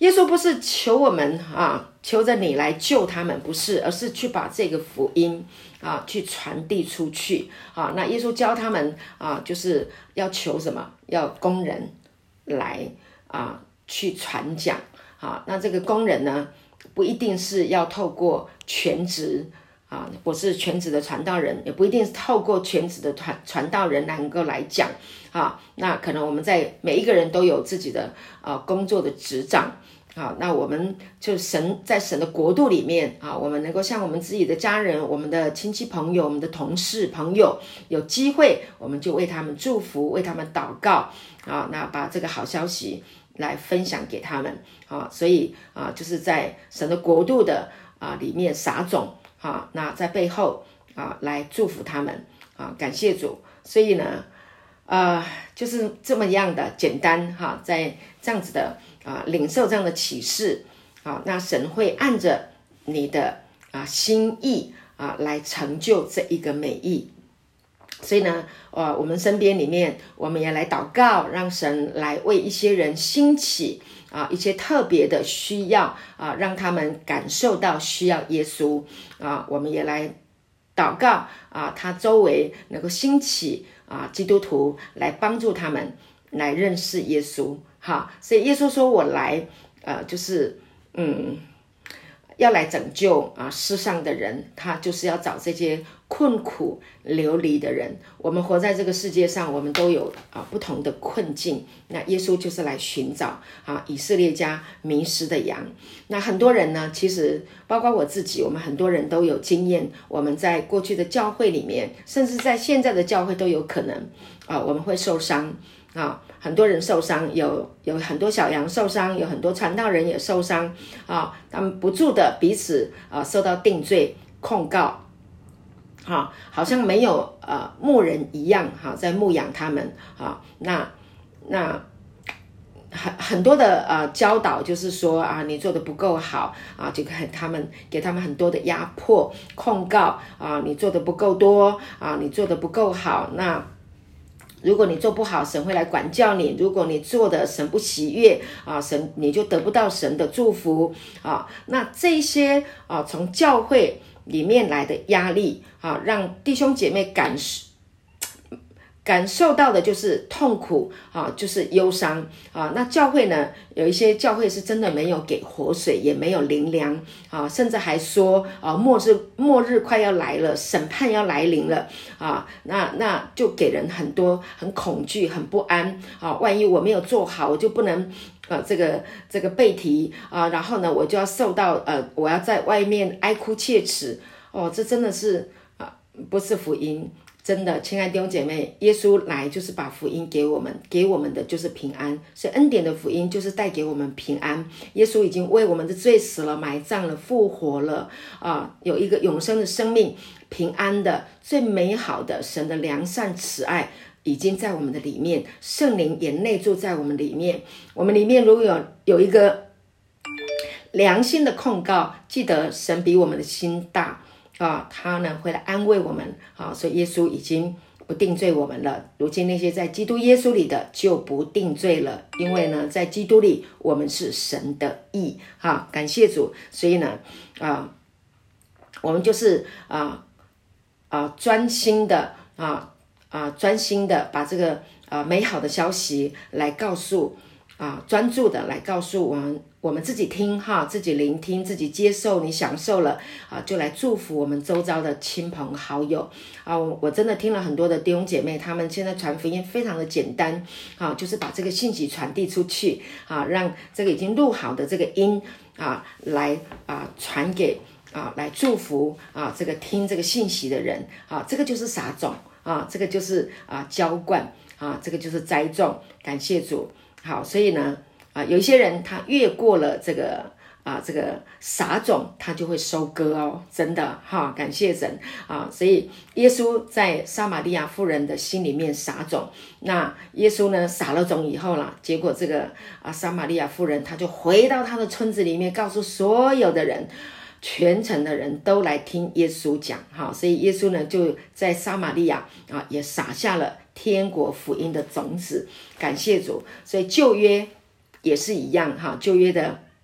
耶稣不是求我们求着你来救他们，不是，而是去把这个福音去传递出去那耶稣教他们就是要求什么？要工人来去传讲那这个工人呢，不一定是要透过全职不是全职的传道人，也不一定是透过全职的传道人能够来讲那可能我们在每一个人都有自己的工作的职掌那我们就在神的国度里面我们能够像我们自己的家人、我们的亲戚朋友、我们的同事朋友有机会，我们就为他们祝福，为他们祷告那把这个好消息来分享给他们所以就是在神的国度的里面撒种那在背后来祝福他们感谢主。所以呢就是这么样的简单在这样子的领受这样的启示那神会按着你的心意来成就这一个美意。所以呢我们身边里面我们也来祷告，让神来为一些人兴起一些特别的需要让他们感受到需要耶稣我们也来祷告他周围能够兴起基督徒来帮助他们来认识耶稣所以耶稣说我来就是要来拯救世上的人，他就是要找这些困苦流离的人。我们活在这个世界上，我们都有不同的困境，那耶稣就是来寻找以色列家迷失的羊。那很多人呢，其实包括我自己，我们很多人都有经验，我们在过去的教会里面，甚至在现在的教会都有可能我们会受伤很多人受伤，有很多小羊受伤，有很多传道人也受伤他们不住的彼此受到定罪控告好像没有牧人一样在牧养他们那很多的教导就是说你做的不够好就给他们很多的压迫控告你做的不够多你做的不够好，那如果你做不好，神会来管教你；如果你做的神不喜悦神你就得不到神的祝福那这些从教会里面来的压力让弟兄姐妹感受到的就是痛苦就是忧伤那教会呢，有一些教会是真的没有给活水，也没有灵粮甚至还说末日快要来了，审判要来临了那就给人很多很恐惧很不安万一我没有做好，我就不能这个被提然后呢我就要受到我要在外面哀哭切齿这真的是不是福音。真的，亲爱的弟兄姐妹，耶稣来就是把福音给我们的就是平安，所以恩典的福音就是带给我们平安。耶稣已经为我们的罪死了，埋葬了，复活了有一个永生的生命，平安的最美好的神的良善慈爱已经在我们的里面，圣灵也内住在我们里面。我们里面如果有一个良心的控告，记得神比我们的心大他呢会来安慰我们所以耶稣已经不定罪我们了。如今那些在基督耶稣里的就不定罪了，因为呢在基督里我们是神的义感谢主。所以呢我们就是专心的把这个美好的消息来告诉专注的来告诉我们自己听自己聆听，自己接受，你享受了就来祝福我们周遭的亲朋好友我真的听了很多的弟兄姐妹，他们现在传福音非常的简单就是把这个信息传递出去让这个已经录好的这个音来传给来祝福这个听这个信息的人这个就是撒种这个就是浇灌这个就是栽种，感谢主。好，所以呢有一些人他越过了这个撒种，他就会收割真的感谢神所以耶稣在撒玛利亚妇人的心里面撒种，那耶稣呢撒了种以后啦，结果这个撒玛利亚妇人他就回到他的村子里面，告诉所有的人，全城的人都来听耶稣讲所以耶稣呢就在撒玛利亚也撒下了天国福音的种子，感谢主。所以旧约也是一样旧约的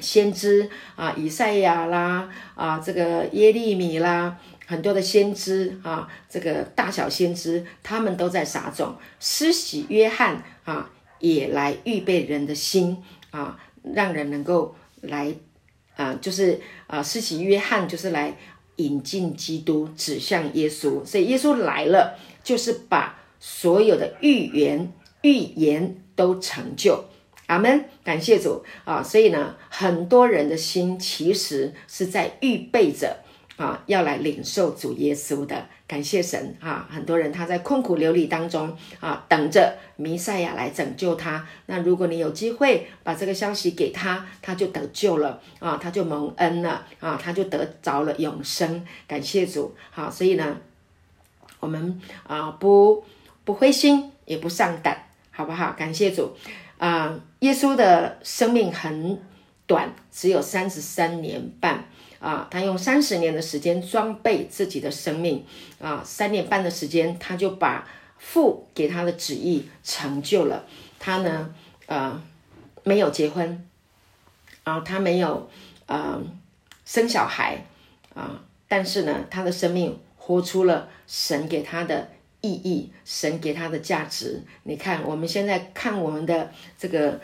先知啊，以赛亚啦啊，这个耶利米啦，很多的先知啊，这个大小先知，他们都在撒种。施洗约翰啊，也来预备人的心啊，让人能够来就是施洗约翰就是来引进基督，指向耶稣。所以耶稣来了，就是把所有的预言都成就。阿们，感谢主啊！所以呢，很多人的心其实是在预备着要来领受主耶稣的。感谢神啊！很多人他在困苦流离当中等着弥赛亚来拯救他。那如果你有机会把这个消息给他，他就得救了他就蒙恩了他就得着了永生。感谢主！好，所以呢，我们不灰心，也不丧胆，好不好？感谢主！耶稣的生命很短，只有33年半他用30年的时间装备自己的生命3年半的时间，他就把父给他的旨意成就了。他呢没有结婚他没有生小孩但是呢，他的生命活出了神给他的意义，神给他的价值。你看我们现在看我们的这个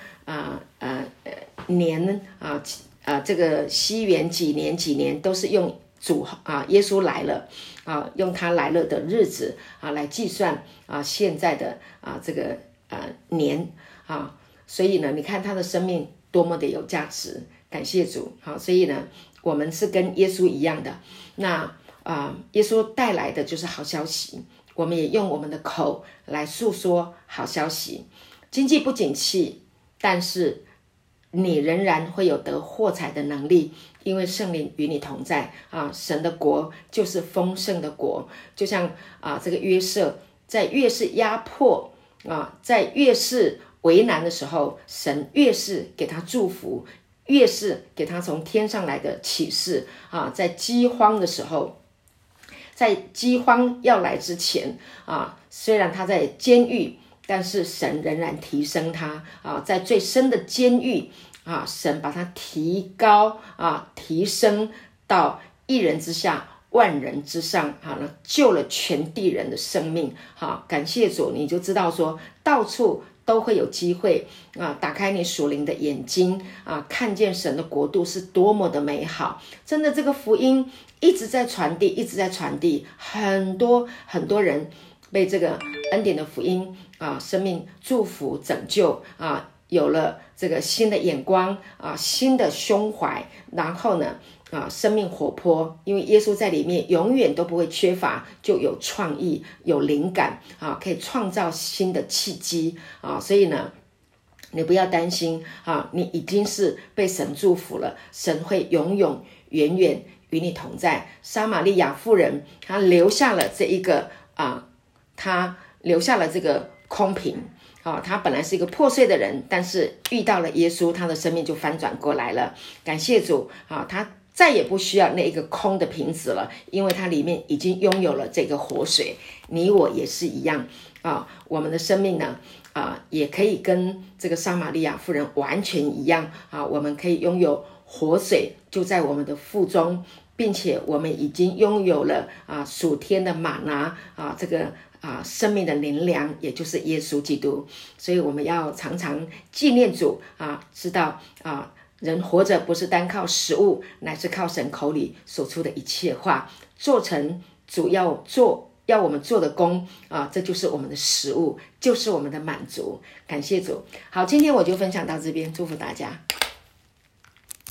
年这个西元几年都是用主耶稣来了用他来了的日子来计算现在的这个年所以呢，你看他的生命多么的有价值。感谢主所以呢，我们是跟耶稣一样的。那耶稣带来的就是好消息，我们也用我们的口来诉说好消息。经济不景气，但是你仍然会有得获财的能力，因为圣灵与你同在神的国就是丰盛的国。就像这个约瑟在越是压迫在越是为难的时候，神越是给他祝福，越是给他从天上来的启示在饥荒的时候，在饥荒要来之前虽然他在监狱，但是神仍然提升他在最深的监狱神把他提高提升到一人之下万人之上救了全地人的生命感谢主。你就知道说到处都会有机会打开你属灵的眼睛看见神的国度是多么的美好。真的，这个福音一直在传递，一直在传递，很多很多人被这个恩典的福音生命祝福拯救有了这个新的眼光新的胸怀，然后呢生命活泼，因为耶稣在里面永远都不会缺乏，就有创意，有灵感可以创造新的契机所以呢，你不要担心你已经是被神祝福了，神会永永远远与你同在。撒玛利亚妇人她留下了这一个她留下了这个空瓶他本来是一个破碎的人，但是遇到了耶稣，他的生命就翻转过来了。感谢主他再也不需要那一个空的瓶子了，因为它里面已经拥有了这个活水。你我也是一样我们的生命呢也可以跟这个撒玛利亚妇人完全一样我们可以拥有活水就在我们的腹中，并且我们已经拥有了属天的玛拿这个生命的灵粮，也就是耶稣基督。所以我们要常常纪念主知道人活着不是单靠食物，乃是靠神口里所出的一切话，做成主要我们做的工这就是我们的食物，就是我们的满足。感谢主。好，今天我就分享到这边，祝福大家。